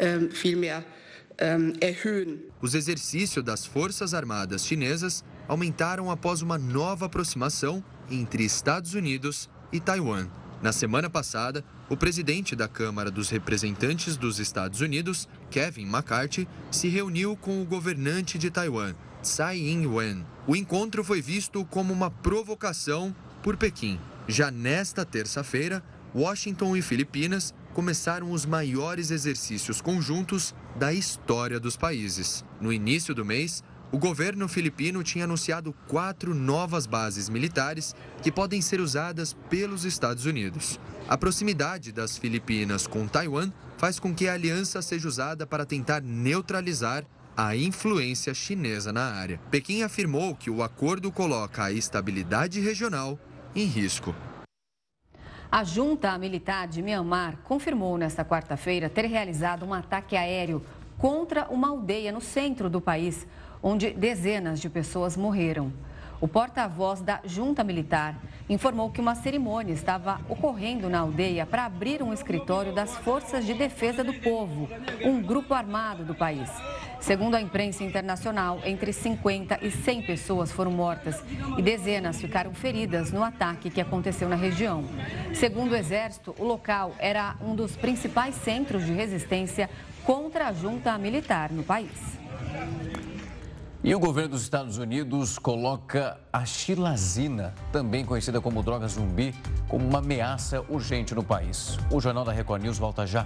Os exercícios das Forças Armadas chinesas aumentaram após uma nova aproximação entre Estados Unidos e Taiwan. Na semana passada, o presidente da Câmara dos Representantes dos Estados Unidos, Kevin McCarthy, se reuniu com o governante de Taiwan, Tsai Ing-wen. O encontro foi visto como uma provocação por Pequim. Já nesta terça-feira, Washington e Filipinas começaram os maiores exercícios conjuntos da história dos países. No início do mês, o governo filipino tinha anunciado 4 novas bases militares que podem ser usadas pelos Estados Unidos. A proximidade das Filipinas com Taiwan faz com que a aliança seja usada para tentar neutralizar a influência chinesa na área. Pequim afirmou que o acordo coloca a estabilidade regional em risco. A junta militar de Myanmar confirmou nesta quarta-feira ter realizado um ataque aéreo contra uma aldeia no centro do país, onde dezenas de pessoas morreram. O porta-voz da junta militar informou que uma cerimônia estava ocorrendo na aldeia para abrir um escritório das Forças de Defesa do Povo, um grupo armado do país. Segundo a imprensa internacional, entre 50 e 100 pessoas foram mortas e dezenas ficaram feridas no ataque que aconteceu na região. Segundo o Exército, o local era um dos principais centros de resistência contra a junta militar no país. E o governo dos Estados Unidos coloca a xilazina, também conhecida como droga zumbi, como uma ameaça urgente no país. O Jornal da Record News volta já.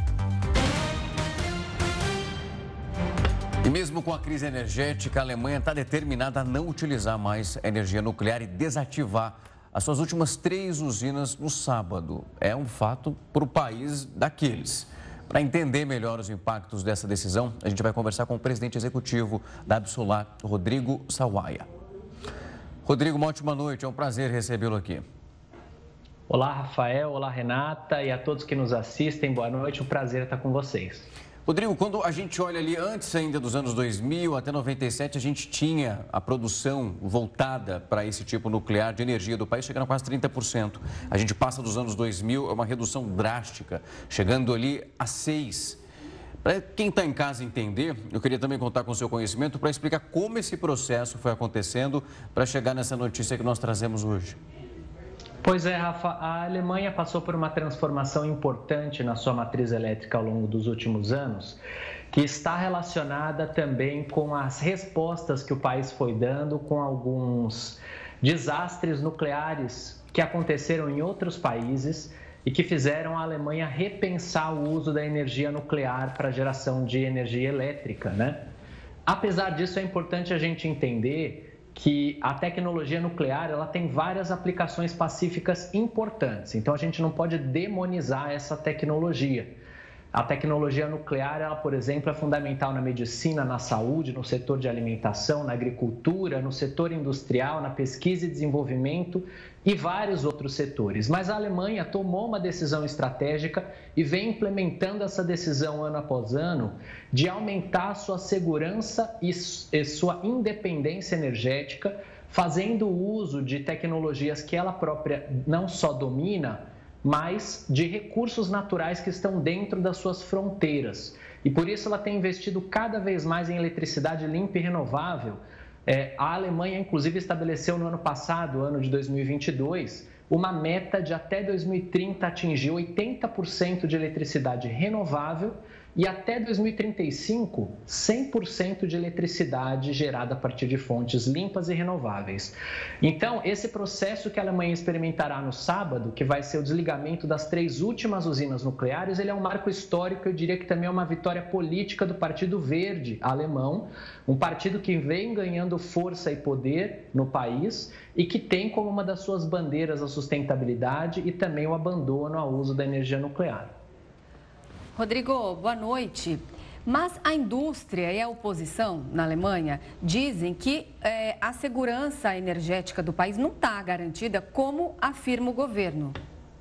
E mesmo com a crise energética, a Alemanha está determinada a não utilizar mais a energia nuclear e desativar as suas últimas 3 usinas no sábado. É um fato para o país daqueles. Para entender melhor os impactos dessa decisão, a gente vai conversar com o presidente executivo da Absolar, Rodrigo Sawaia. Rodrigo, uma ótima noite, é um prazer recebê-lo aqui. Olá, Rafael, olá, Renata e a todos que nos assistem, boa noite, um prazer estar com vocês. Rodrigo, quando a gente olha ali antes ainda dos anos 2000 até 97, a gente tinha a produção voltada para esse tipo nuclear de energia do país, chegando a quase 30%. A gente passa dos anos 2000, é uma redução drástica, chegando ali a 6%. Para quem está em casa entender, eu queria também contar com o seu conhecimento para explicar como esse processo foi acontecendo para chegar nessa notícia que nós trazemos hoje. Pois é, Rafa, a Alemanha passou por uma transformação importante na sua matriz elétrica ao longo dos últimos anos, que está relacionada também com as respostas que o país foi dando com alguns desastres nucleares que aconteceram em outros países e que fizeram a Alemanha repensar o uso da energia nuclear para a geração de energia elétrica, né? Apesar disso, é importante a gente entender que a tecnologia nuclear ela tem várias aplicações pacíficas importantes. Então, a gente não pode demonizar essa tecnologia. A tecnologia nuclear, ela, por exemplo, é fundamental na medicina, na saúde, no setor de alimentação, na agricultura, no setor industrial, na pesquisa e desenvolvimento e vários outros setores. Mas a Alemanha tomou uma decisão estratégica e vem implementando essa decisão ano após ano de aumentar a sua segurança e sua independência energética, fazendo uso de tecnologias que ela própria não só domina, mas de recursos naturais que estão dentro das suas fronteiras. E por isso ela tem investido cada vez mais em eletricidade limpa e renovável. A Alemanha, inclusive, estabeleceu no ano passado, ano de 2022, uma meta de até 2030 atingir 80% de eletricidade renovável e até 2035, 100% de eletricidade gerada a partir de fontes limpas e renováveis. Então, esse processo que a Alemanha experimentará no sábado, que vai ser o desligamento das 3 últimas usinas nucleares, ele é um marco histórico, eu diria que também é uma vitória política do Partido Verde alemão, um partido que vem ganhando força e poder no país e que tem como uma das suas bandeiras a sustentabilidade e também o abandono ao uso da energia nuclear. Rodrigo, boa noite. Mas a indústria e a oposição na Alemanha dizem que a segurança energética do país não está garantida, como afirma o governo.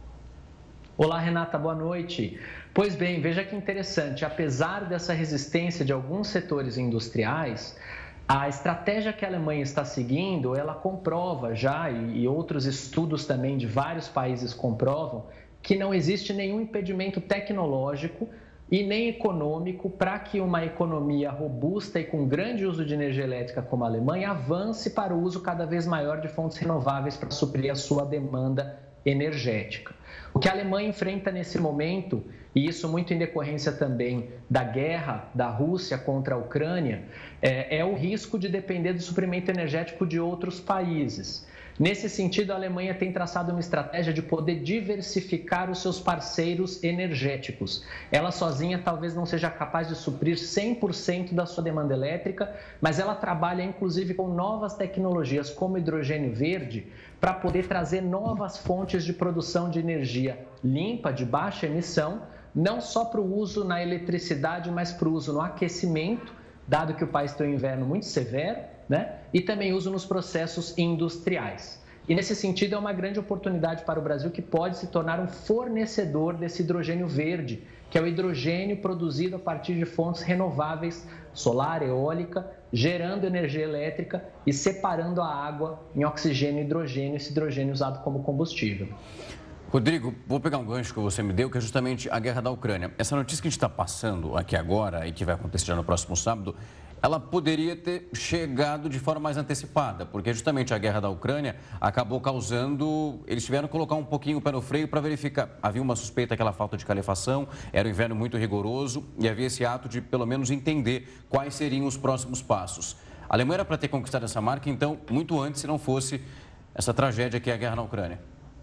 Olá, Renata, boa noite. Pois bem, veja que interessante, apesar dessa resistência de alguns setores industriais, a estratégia que a Alemanha está seguindo, ela comprova já, e outros estudos também de vários países comprovam, que não existe nenhum impedimento tecnológico e nem econômico para que uma economia robusta e com grande uso de energia elétrica como a Alemanha avance para o uso cada vez maior de fontes renováveis para suprir a sua demanda energética. O que a Alemanha enfrenta nesse momento, e isso muito em decorrência também da guerra da Rússia contra a Ucrânia, é o risco de depender do suprimento energético de outros países. Nesse sentido, a Alemanha tem traçado uma estratégia de poder diversificar os seus parceiros energéticos. Ela sozinha talvez não seja capaz de suprir 100% da sua demanda elétrica, mas ela trabalha inclusive com novas tecnologias como hidrogênio verde para poder trazer novas fontes de produção de energia limpa, de baixa emissão, não só para o uso na eletricidade, mas para o uso no aquecimento, dado que o país tem um inverno muito severo, né? E também uso nos processos industriais. E nesse sentido é uma grande oportunidade para o Brasil que pode se tornar um fornecedor desse hidrogênio verde, que é o hidrogênio produzido a partir de fontes renováveis, solar, eólica, gerando energia elétrica e separando a água em oxigênio e hidrogênio, esse hidrogênio usado como combustível. Rodrigo, vou pegar um gancho que você me deu, que é justamente a guerra da Ucrânia. Essa notícia que a gente está passando aqui agora e que vai acontecer já no próximo sábado, ela poderia ter chegado de forma mais antecipada, porque justamente a guerra da Ucrânia acabou causando... Eles tiveram que colocar um pouquinho o pé no freio para verificar. Havia uma suspeita daquela falta de calefação, era um inverno muito rigoroso e havia esse ato de, pelo menos, entender quais seriam os próximos passos. A Alemanha era para ter conquistado essa marca, então, muito antes, se não fosse essa tragédia que é a guerra na Ucrânia.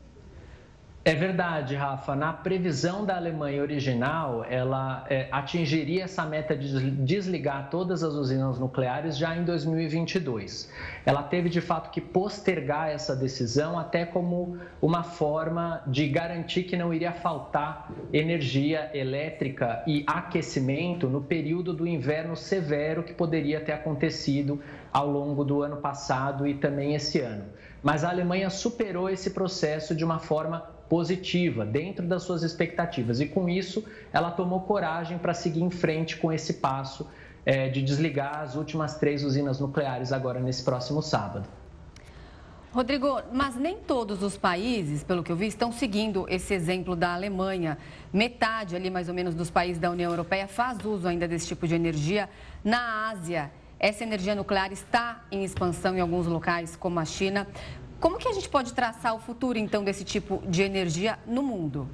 É verdade, Rafa. Na previsão da Alemanha original, ela atingiria essa meta de desligar todas as usinas nucleares já em 2022. Ela teve, de fato, que postergar essa decisão até como uma forma de garantir que não iria faltar energia elétrica e aquecimento no período do inverno severo que poderia ter acontecido ao longo do ano passado e também esse ano. Mas a Alemanha superou esse processo de uma forma positiva, dentro das suas expectativas. E com isso, ela tomou coragem para seguir em frente com esse passo de desligar as últimas 3 usinas nucleares agora nesse próximo sábado. Rodrigo, mas nem todos os países, pelo que eu vi, estão seguindo esse exemplo da Alemanha. Metade ali, mais ou menos, dos países da União Europeia faz uso ainda desse tipo de energia. Na Ásia, essa energia nuclear está em expansão em alguns locais, como a China. Como que a gente pode traçar o futuro, então, desse tipo de energia no mundo?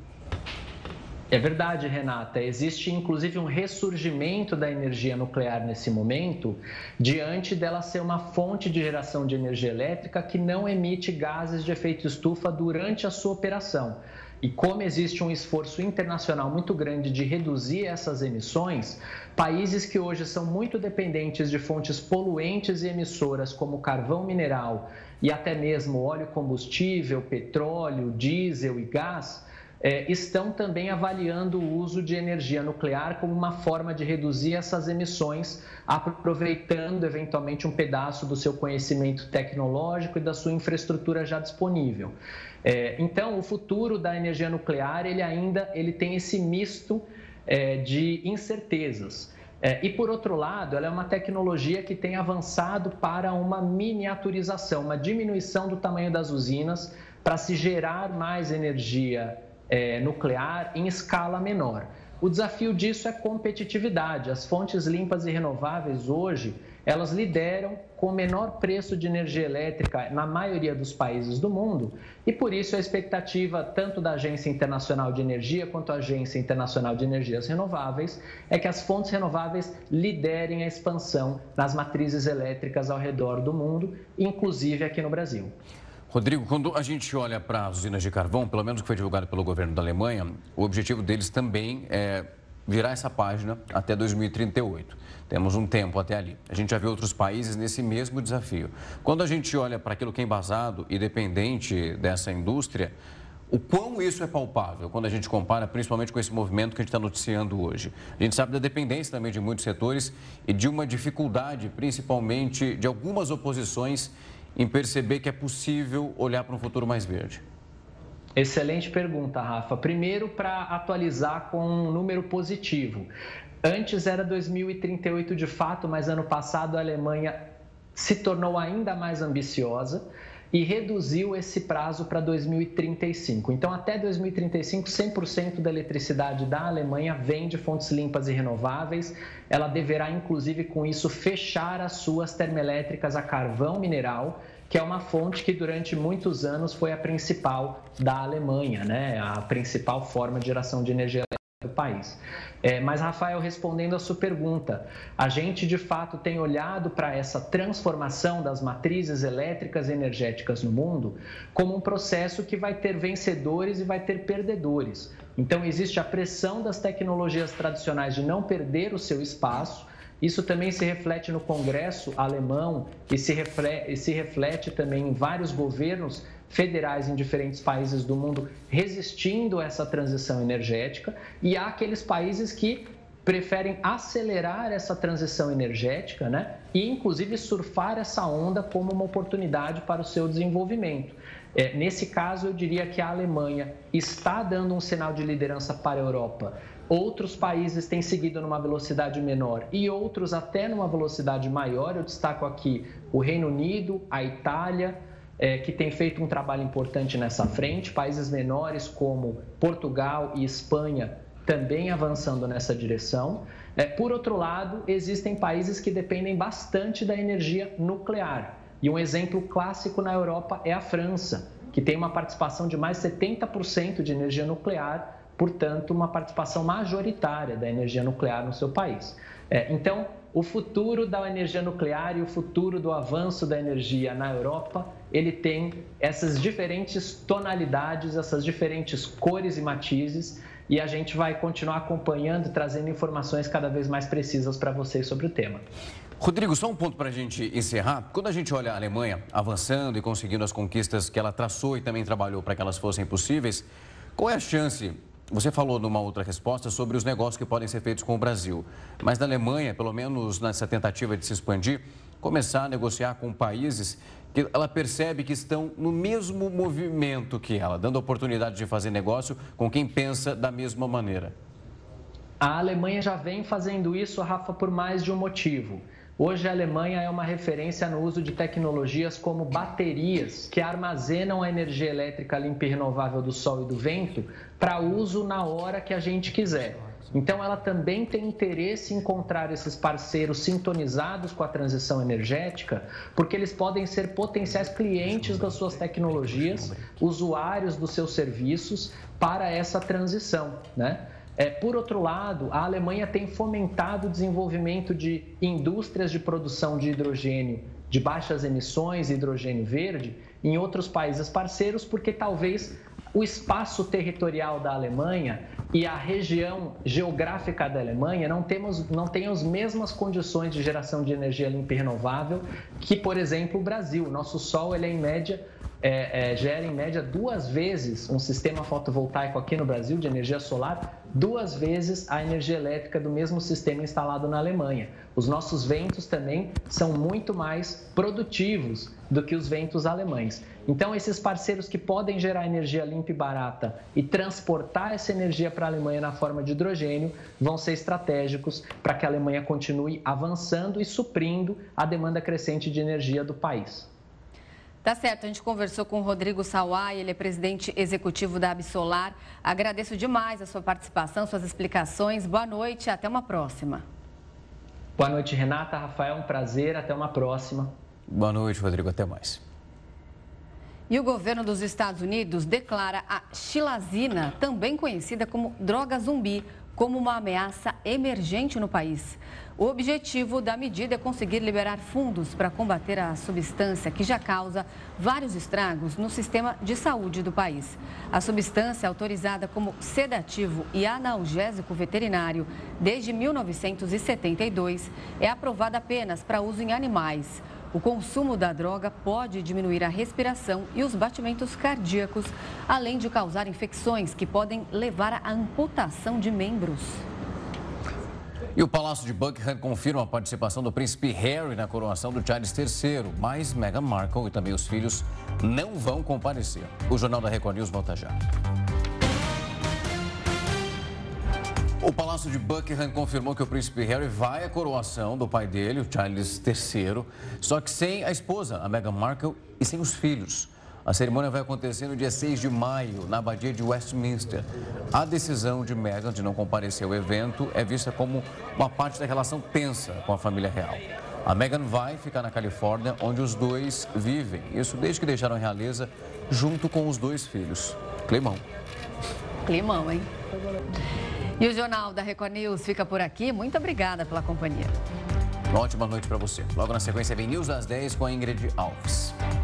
É verdade, Renata. Existe, inclusive, um ressurgimento da energia nuclear nesse momento, diante dela ser uma fonte de geração de energia elétrica que não emite gases de efeito estufa durante a sua operação. E como existe um esforço internacional muito grande de reduzir essas emissões, países que hoje são muito dependentes de fontes poluentes e emissoras, como carvão mineral e até mesmo óleo combustível, petróleo, diesel e gás, estão também avaliando o uso de energia nuclear como uma forma de reduzir essas emissões, aproveitando eventualmente um pedaço do seu conhecimento tecnológico e da sua infraestrutura já disponível. Então, o futuro da energia nuclear, ele tem esse misto de incertezas. E, por outro lado, ela é uma tecnologia que tem avançado para uma miniaturização, uma diminuição do tamanho das usinas para se gerar mais energia nuclear em escala menor. O desafio disso é competitividade. As fontes limpas e renováveis hoje, elas lideram com o menor preço de energia elétrica na maioria dos países do mundo e por isso a expectativa tanto da Agência Internacional de Energia quanto a Agência Internacional de Energias Renováveis é que as fontes renováveis liderem a expansão nas matrizes elétricas ao redor do mundo, inclusive aqui no Brasil. Rodrigo, quando a gente olha para as usinas de carvão, pelo menos o que foi divulgado pelo governo da Alemanha, o objetivo deles também é virar essa página até 2038. Temos um tempo até ali. A gente já vê outros países nesse mesmo desafio. Quando a gente olha para aquilo que é embasado e dependente dessa indústria, o quão isso é palpável quando a gente compara principalmente com esse movimento que a gente está noticiando hoje? A gente sabe da dependência também de muitos setores e de uma dificuldade, principalmente de algumas oposições, em perceber que é possível olhar para um futuro mais verde. Excelente pergunta, Rafa. Primeiro, para atualizar com um número positivo. Antes era 2038 de fato, mas ano passado a Alemanha se tornou ainda mais ambiciosa e reduziu esse prazo para 2035. Então, até 2035, 100% da eletricidade da Alemanha vem de fontes limpas e renováveis. Ela deverá, inclusive, com isso, fechar as suas termoelétricas a carvão mineral, que é uma fonte que durante muitos anos foi a principal da Alemanha, né? A principal forma de geração de energia elétrica do país. Mas, Rafael, respondendo a sua pergunta, a gente de fato tem olhado para essa transformação das matrizes elétricas e energéticas no mundo como um processo que vai ter vencedores e vai ter perdedores. Então, existe a pressão das tecnologias tradicionais de não perder o seu espaço. Isso também se reflete no Congresso alemão e se reflete também em vários governos federais em diferentes países do mundo resistindo a essa transição energética, e há aqueles países que preferem acelerar essa transição energética, né? E inclusive surfar essa onda como uma oportunidade para o seu desenvolvimento. Nesse caso, eu diria que a Alemanha está dando um sinal de liderança para a Europa. Outros países têm seguido numa velocidade menor e outros até numa velocidade maior. Eu destaco aqui o Reino Unido, a Itália, que tem feito um trabalho importante nessa frente. Países menores como Portugal e Espanha também avançando nessa direção. Por outro lado, existem países que dependem bastante da energia nuclear. E um exemplo clássico na Europa é a França, que tem uma participação de mais de 70% de energia nuclear, portanto, uma participação majoritária da energia nuclear no seu país. Então, o futuro da energia nuclear e o futuro do avanço da energia na Europa, ele tem essas diferentes tonalidades, essas diferentes cores e matizes, e a gente vai continuar acompanhando e trazendo informações cada vez mais precisas para vocês sobre o tema. Rodrigo, só um ponto para a gente encerrar. Quando a gente olha a Alemanha avançando e conseguindo as conquistas que ela traçou e também trabalhou para que elas fossem possíveis, qual é a chance? Você falou numa outra resposta sobre os negócios que podem ser feitos com o Brasil, mas na Alemanha, pelo menos nessa tentativa de se expandir, começar a negociar com países que ela percebe que estão no mesmo movimento que ela, dando oportunidade de fazer negócio com quem pensa da mesma maneira. A Alemanha já vem fazendo isso, Rafa, por mais de um motivo. Hoje, a Alemanha é uma referência no uso de tecnologias como baterias, que armazenam a energia elétrica limpa e renovável do sol e do vento para uso na hora que a gente quiser. Então, ela também tem interesse em encontrar esses parceiros sintonizados com a transição energética, porque eles podem ser potenciais clientes das suas tecnologias, usuários dos seus serviços para essa transição, né? Por outro lado, a Alemanha tem fomentado o desenvolvimento de indústrias de produção de hidrogênio de baixas emissões, hidrogênio verde, em outros países parceiros, porque talvez o espaço territorial da Alemanha e a região geográfica da Alemanha não tenham as mesmas condições de geração de energia limpa e renovável que, por exemplo, o Brasil. O nosso Sol, ele gera em média 2 vezes um sistema fotovoltaico aqui no Brasil de energia solar, 2 vezes a energia elétrica do mesmo sistema instalado na Alemanha. Os nossos ventos também são muito mais produtivos do que os ventos alemães. Então, esses parceiros que podem gerar energia limpa e barata e transportar essa energia para a Alemanha na forma de hidrogênio vão ser estratégicos para que a Alemanha continue avançando e suprindo a demanda crescente de energia do país. Tá certo, a gente conversou com o Rodrigo Sawai, ele é presidente executivo da Absolar. Agradeço demais a sua participação, suas explicações. Boa noite e até uma próxima. Boa noite, Renata, Rafael, um prazer, até uma próxima. Boa noite, Rodrigo, até mais. E o governo dos Estados Unidos declara a xilazina, também conhecida como droga zumbi, como uma ameaça emergente no país. O objetivo da medida é conseguir liberar fundos para combater a substância que já causa vários estragos no sistema de saúde do país. A substância, autorizada como sedativo e analgésico veterinário desde 1972, é aprovada apenas para uso em animais. O consumo da droga pode diminuir a respiração e os batimentos cardíacos, além de causar infecções que podem levar à amputação de membros. E o Palácio de Buckingham confirma a participação do príncipe Harry na coroação do Charles III, mas Meghan Markle e também os filhos não vão comparecer. O Jornal da Record News volta já. O Palácio de Buckingham confirmou que o príncipe Harry vai à coroação do pai dele, o Charles III, só que sem a esposa, a Meghan Markle, e sem os filhos. A cerimônia vai acontecer no dia 6 de maio, na Abadia de Westminster. A decisão de Meghan de não comparecer ao evento é vista como uma parte da relação tensa com a família real. A Meghan vai ficar na Califórnia, onde os dois vivem. Isso desde que deixaram a realeza, junto com os 2 filhos. Climão. Climão, hein? E o Jornal da Record News fica por aqui. Muito obrigada pela companhia. Uma ótima noite para você. Logo na sequência vem News às 10 com a Ingrid Alves.